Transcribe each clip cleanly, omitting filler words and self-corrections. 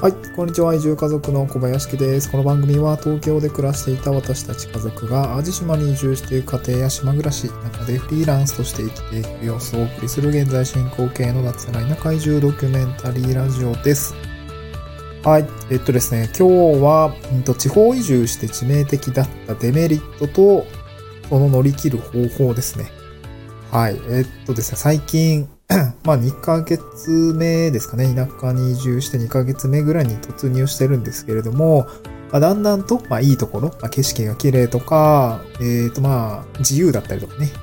はい、こんにちは。移住家族の小林家です。この番組は東京で暮らしていた私たち家族が淡路島に移住している家庭や島暮らし、中でフリーランスとして生きていく様子をお送りする現在進行形の脱サラ田舎移住ドキュメンタリーラジオです。はい、ですね、今日は、地方移住して致命的だったデメリットと、その乗り切る方法ですね。はい、ですね、最近、2ヶ月目ですかね。田舎に移住して2ヶ月目ぐらいに突入してるんですけれども、だんだんと、いいところ、景色が綺麗とか、自由だったりとかね。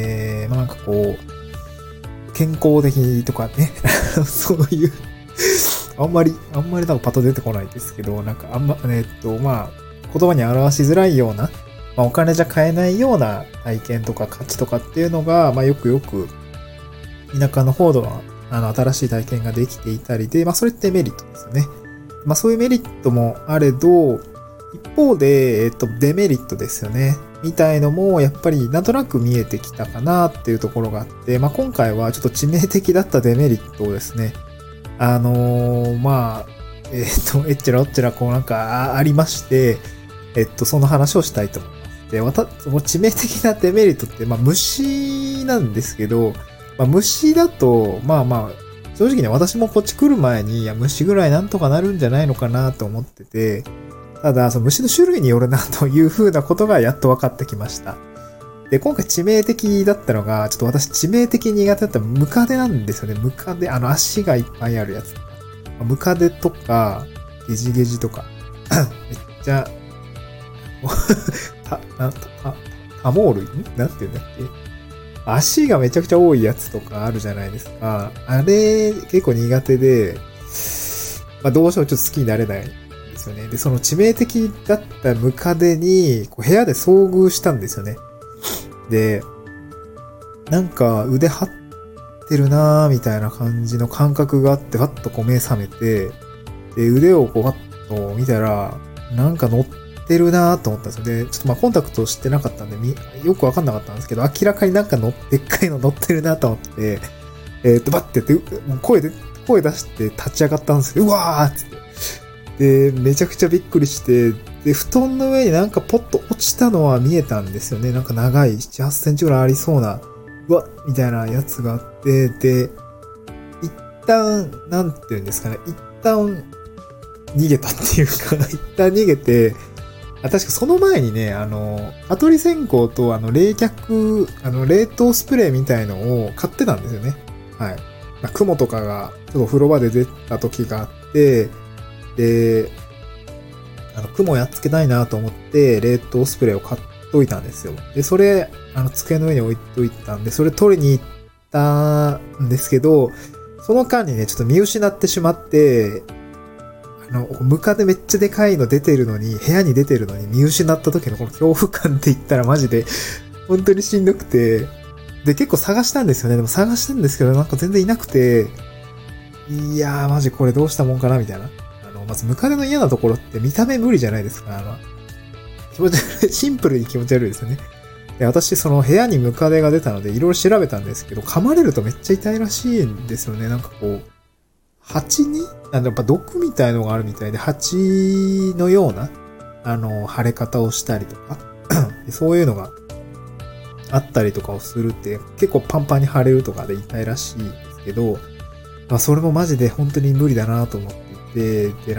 健康的とかね。そういうあんまりパッと出てこないですけど、言葉に表しづらいような、お金じゃ買えないような体験とか価値とかっていうのが、よく田舎の方では、新しい体験ができていたりで、それってメリットですよね。そういうメリットもあれど、一方で、デメリットですよね。みたいのも、やっぱりなんとなく見えてきたかなっていうところがあって、今回はちょっと致命的だったデメリットをですね、エッチラオッチラありまして、その話をしたいと思います。で、致命的なデメリットって、虫なんですけど、虫だと、正直ね、私もこっち来る前に、虫ぐらいなんとかなるんじゃないのかなと思ってて、ただ、その虫の種類によるなという風なことがやっと分かってきました。で、今回致命的だったのが、ちょっと私致命的苦手だったムカデなんですよね。ムカデ、足がいっぱいあるやつ。ムカデとか、ゲジゲジとか、めっちゃ、タモールなんて言うんだっけ？足がめちゃくちゃ多いやつとかあるじゃないですか。あれ、結構苦手で、どうしてもちょっと好きになれないんですよね。で、その致命的だったムカデに、部屋で遭遇したんですよね。で、腕張ってるなーみたいな感じの感覚があって、パッと目覚めて、で、腕をパッと見たら、乗ってるなーと思ったんですよ。で、ちょっとコンタクトしてなかったんで、よくわかんなかったんですけど、明らかにでっかいの乗ってるなと思って、バッてやって、声出して立ち上がったんですけど、うわーっつって。で、めちゃくちゃびっくりして、で、布団の上にポッと落ちたのは見えたんですよね。長い、7、8センチぐらいありそうな、うわっみたいなやつがあって、で、一旦逃げたっていうか、一旦逃げて、確かその前にね、蚊取り線香と冷却、冷凍スプレーみたいのを買ってたんですよね。はい。雲とかが、ちょっと風呂場で出た時があって、で、雲やっつけたいなと思って、冷凍スプレーを買っといたんですよ。で、それ、机の上に置いといたんで、それ取りに行ったんですけど、その間にね、ちょっと見失ってしまって、ムカデめっちゃでかいの出てるのに、部屋に出てるのに見失った時のこの恐怖感って言ったらマジで、本当にしんどくて、で、結構探したんですよね。でも探したんですけど、全然いなくて、いやー、マジこれどうしたもんかなみたいな。まずムカデの嫌なところって見た目無理じゃないですか。気持ち悪い、シンプルに気持ち悪いですよね。で、私、その部屋にムカデが出たので、いろいろ調べたんですけど、噛まれるとめっちゃ痛いらしいんですよね。蜂にやっぱ毒みたいのがあるみたいで、蜂のような、腫れ方をしたりとか、そういうのがあったりとかをするって、結構パンパンに腫れるとかで痛いらしいんですけど、それもマジで本当に無理だなと思っていて、で、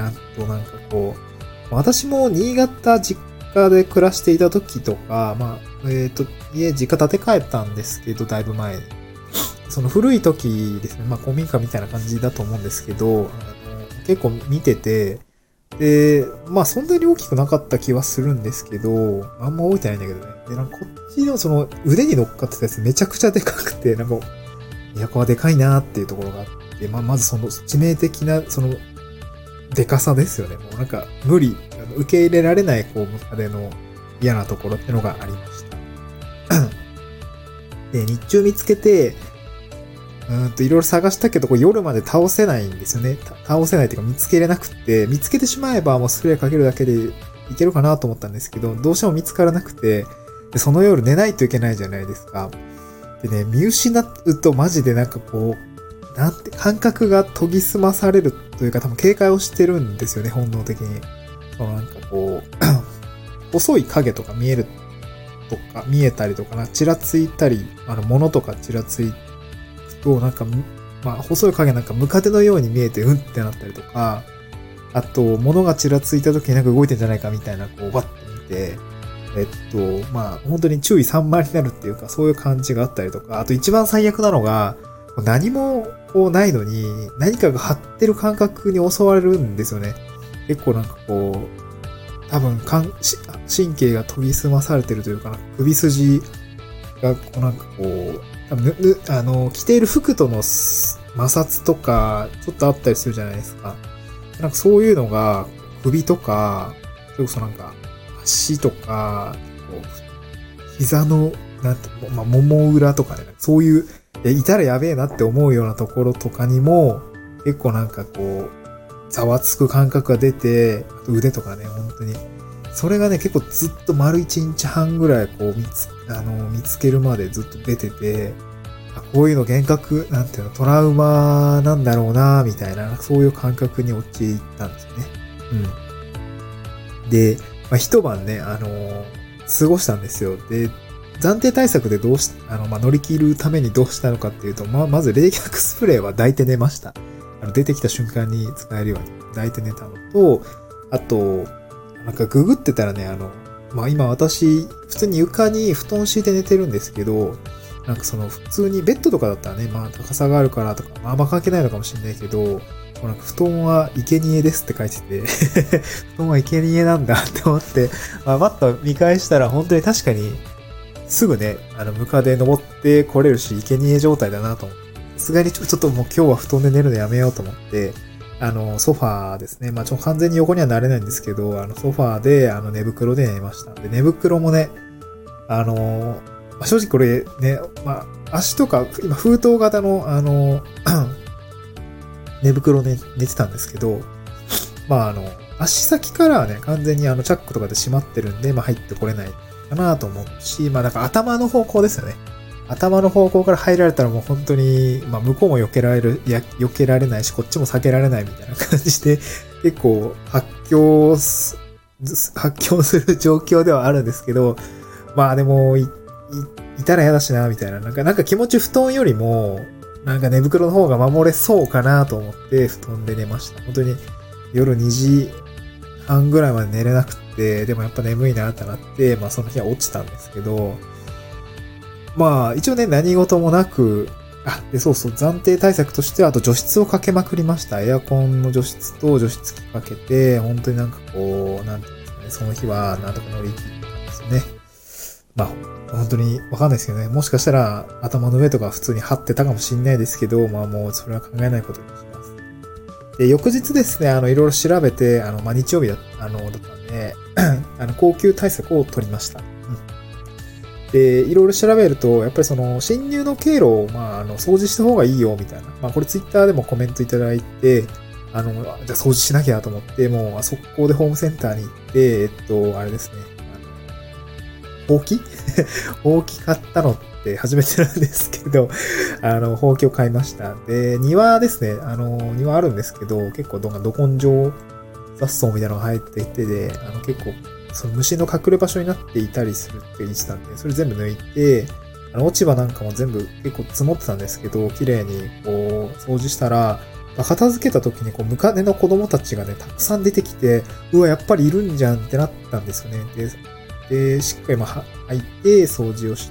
私も新潟実家で暮らしていた時とか、実家建て替えたんですけど、だいぶ前に。その古い時ですね、古民家みたいな感じだと思うんですけど、結構見てて、で、そんなに大きくなかった気はするんですけど、あんま覚えてないんだけどね。で、こっちのその腕に乗っかってたやつめちゃくちゃでかくて、いや、これはでかいなーっていうところがあって、まずその致命的な、その、でかさですよね。もう無理、受け入れられない、ムカデの嫌なところってのがありました。で、日中見つけて、いろいろ探したけど、夜まで倒せないんですよね。倒せないっていうか見つけれなくて、見つけてしまえばもうスプレーかけるだけでいけるかなと思ったんですけど、どうしても見つからなくて、でその夜寝ないといけないじゃないですか。でね、見失うとマジで感覚が研ぎ澄まされるというか多分警戒をしてるんですよね、本能的に。なんかこう、細い影とか見えたりとかちらついたり、物とかちらついくと、なんか、細い影なんかムカデのように見えて、うんってなったりとか、あと、物がちらついた時になんか動いてんじゃないかみたいな、こう、バッと見て、本当に注意散漫になるっていうか、そういう感じがあったりとか、あと一番最悪なのが、何もこうないのに、何かが張ってる感覚に襲われるんですよね。結構なんかこう、多分神経が研ぎ澄まされてるというか、首筋がこうなんかこう、多分着ている服との摩擦とか、ちょっとあったりするじゃないですか。なんかそういうのが、首とか、それこそなんか、足とか、こう膝の、もも裏とかね、そういう、いたらやべえなって思うようなところとかにも、結構なんかこう、ざわつく感覚が出て、腕とかね、本当に。それがね、結構ずっと丸1日半ぐらいこう見つけるまでずっと出てて、こういうの幻覚、なんていうの、トラウマなんだろうなみたいな、そういう感覚に陥ったんですよね。うん。で、一晩ね、過ごしたんですよ。で、暫定対策で乗り切るためにどうしたのかっていうと、まず冷却スプレーは抱いて寝ました。出てきた瞬間に使えるように抱いて寝たのと、あと、なんかググってたらね、今私、普通に床に布団敷いて寝てるんですけど、なんか普通にベッドとかだったらね、高さがあるからとか、あんま関係ないのかもしれないけど、なんか布団は生贄ですって書いてて、布団は生贄なんだって思って、パッと見返したら本当に確かに、すぐね、ムカデ登って来れるし、生贄状態だなと思って。さすがにちょっともう今日は布団で寝るのやめようと思って、ソファーですね。完全に横にはなれないんですけど、ソファーで、寝袋で寝ました。で、寝袋もね、正直これね、足とか、今封筒型の、寝袋で寝てたんですけど、足先からはね、完全にチャックとかで閉まってるんで、入ってこれないかなと思うし、なんか頭の方向ですよね。頭の方向から入られたらもう本当に、向こうも避けられないし、こっちも避けられないみたいな感じで、結構発狂する状況ではあるんですけど、でも、いたら嫌だしな、みたいな。なんか気持ち布団よりも、なんか寝袋の方が守れそうかなと思って布団で寝ました。本当に夜2時半ぐらいまで寝れなくて、でもやっぱ眠いなってなって、その日は落ちたんですけど、一応ね、何事もなく、そう、暫定対策としては、あと除湿をかけまくりました。エアコンの除湿と除湿機かけて、本当になんかこう、なんていうんですかね、その日はなんとか乗り切ったんですよね。本当にわかんないですけどね、もしかしたら頭の上とか普通に張ってたかもしれないですけど、もうそれは考えないことにします。で、翌日ですね、いろいろ調べて、日曜日だったんで、高級対策を取りました。で、いろいろ調べると、やっぱり侵入の経路を、掃除した方がいいよ、みたいな。これツイッターでもコメントいただいて、じゃあ掃除しなきゃと思って、もう速攻でホームセンターに行って、あれですね。ほうきほうき買ったのって初めてなんですけど、ほうきを買いました。で、庭ですね。庭あるんですけど、結構ど根性雑草みたいなのが入っていてで、結構、その虫の隠れ場所になっていたりするって言ってたんで、それ全部抜いて、落ち葉なんかも全部結構積もってたんですけど、綺麗にこう、掃除したら、片付けた時にムカデの子供たちがね、たくさん出てきて、うわ、やっぱりいるんじゃんってなったんですよね。で、しっかり入って掃除をして、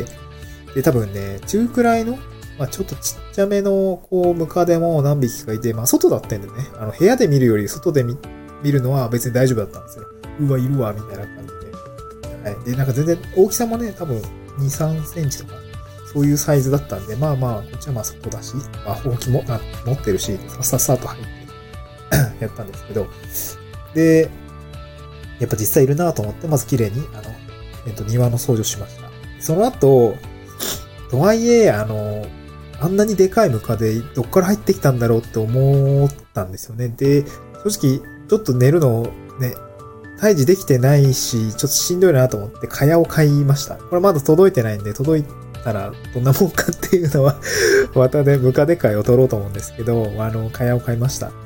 で、多分ね、中くらいの、ちょっとちっちゃめの、ムカデも何匹かいて、外だったんでね、部屋で見るより外で見るのは別に大丈夫だったんですよ。うわ、いるわ、みたいな感じで。はい。で、なんか全然、大きさもね、多分、2、3センチとか、そういうサイズだったんで、こっちは外だし、ほうきも、持ってるし、さっさと入ってやったんですけど、で、やっぱ実際いるなと思って、まず綺麗に、庭の掃除をしました。その後、とはいえ、あんなにでかいムカデ、どっから入ってきたんだろうって思ったんですよね。で、正直、ちょっと寝るのね、退治できてないし、ちょっとしんどいなと思って、蚊帳を買いました。これまだ届いてないんで、届いたらどんなもんかっていうのは、またね、ムカデ会を取ろうと思うんですけど、蚊帳を買いました。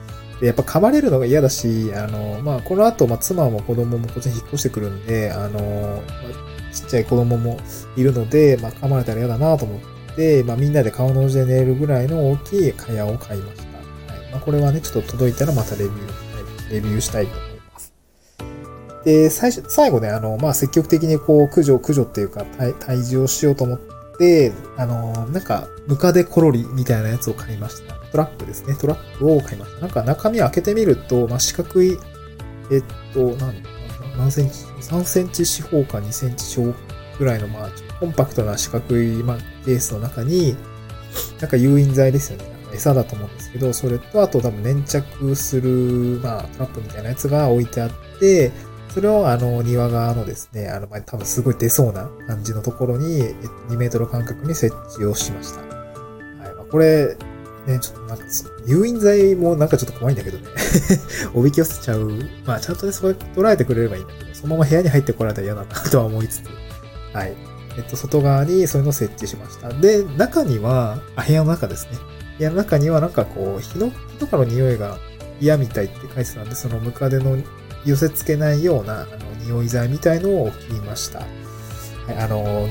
で、やっぱ噛まれるのが嫌だし、この後、妻も子供もこっちに引っ越してくるんで、ちっちゃい子供もいるので、噛まれたら嫌だなと思って、みんなで顔の字で寝るぐらいの大きい蚊帳を買いました。はい。これはね、ちょっと届いたらまたレビューしたいと思います。で、最後ね、積極的にこう、駆除っていうか、退治をしようと思って、ムカデコロリみたいなやつを買いました。トラップですね。トラップを買いました。中身を開けてみると、四角い、何センチ ?3 センチ四方か2センチ四方ぐらいの、コンパクトな四角い、ケースの中に、誘引剤ですよね。餌だと思うんですけど、それと、あと多分粘着する、トラップみたいなやつが置いてあって、それを庭側のですね、多分すごい出そうな感じのところに、2メートル間隔に設置をしました。はい。これ、ね、ちょっと誘引剤もちょっと怖いんだけどね。おびき寄せちゃう。ちゃんとね、それ捉えてくれればいいんだけど、そのまま部屋に入ってこられたら嫌だなとは思いつつ。はい。外側にそういうのを設置しました。で、中には、部屋の中ですね。部屋の中には火とかの匂いが嫌みたいって書いてたんで、そのムカデの寄せ付けないような、匂い剤みたいのを置きました。はい、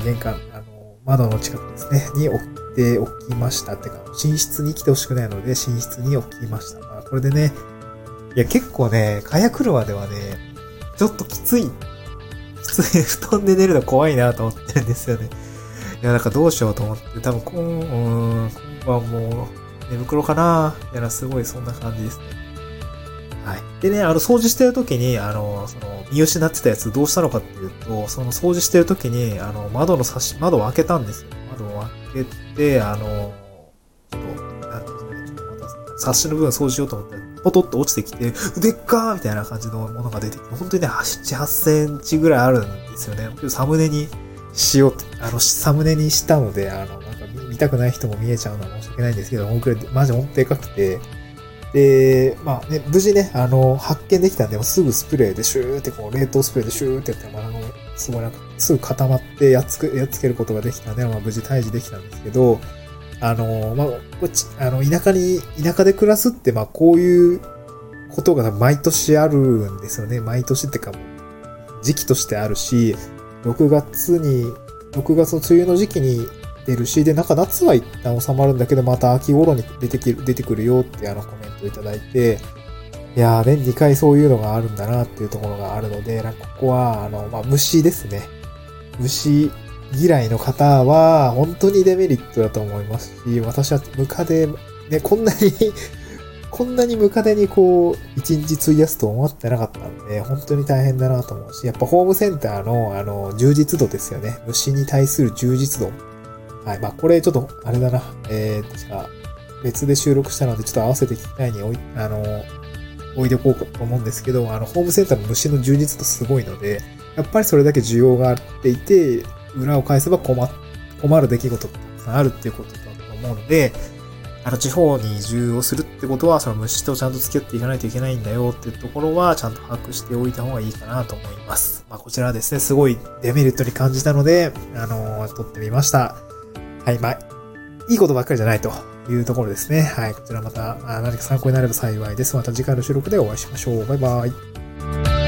玄関、窓の近くですね、に置きました。ってか、寝室に来てほしくないので、寝室に置きました。これでね、いや、結構ね、蚊帳来るまではね、ちょっときつい。布団で寝るの怖いなと思ってるんですよね。いや、どうしようと思って、多分今晩もう寝袋かな。すごいそんな感じですね。はい。でね、掃除してる時に、見失ってたやつどうしたのかっていうと、その掃除してる時に、窓を開けたんですよ。窓を開けて、なんていうんですかね、サッシの部分掃除しようと思って、ポトッと落ちてきて、でっかーみたいな感じのものが出てきて、本当にね、7、8センチぐらいあるんですよね。サムネにサムネにしたので、見たくない人も見えちゃうのは申し訳ないんですけど、マジほんとでかくて、で、無事ね、発見できたんで、すぐスプレーでシューって冷凍スプレーでシューってやって、すごいすぐ固まってやっつけることができたんで、無事退治できたんですけど、田舎で暮らすって、こういうことが毎年あるんですよね。毎年ってか、時期としてあるし、6月の梅雨の時期に出るし、で、夏は一旦収まるんだけど、また秋頃に出てくるよってコメントをいただいて、いやー、年2回そういうのがあるんだなっていうところがあるので、ここは、虫ですね。虫嫌いの方は、本当にデメリットだと思いますし、私はムカデ、ね、こんなにムカデに一日費やすと思ってなかったんで、本当に大変だなと思うし、やっぱホームセンターの、充実度ですよね。虫に対する充実度。はい。これちょっと、あれだな。確か、別で収録したので、ちょっと合わせて機会に置いておこうかと思うんですけど、ホームセンターの虫の充実度すごいので、やっぱりそれだけ需要があっていて、裏を返せば困る出来事がたくさんあるっていうことだと思うので、地方に移住をするってことは、その虫とちゃんと付き合っていかないといけないんだよっていうところは、ちゃんと把握しておいた方がいいかなと思います。こちらはですね、すごいデメリットに感じたので、撮ってみました。はい、いいことばっかりじゃないというところですね。はい、こちらまた何か参考になれば幸いです。また次回の収録でお会いしましょう。バイバイ。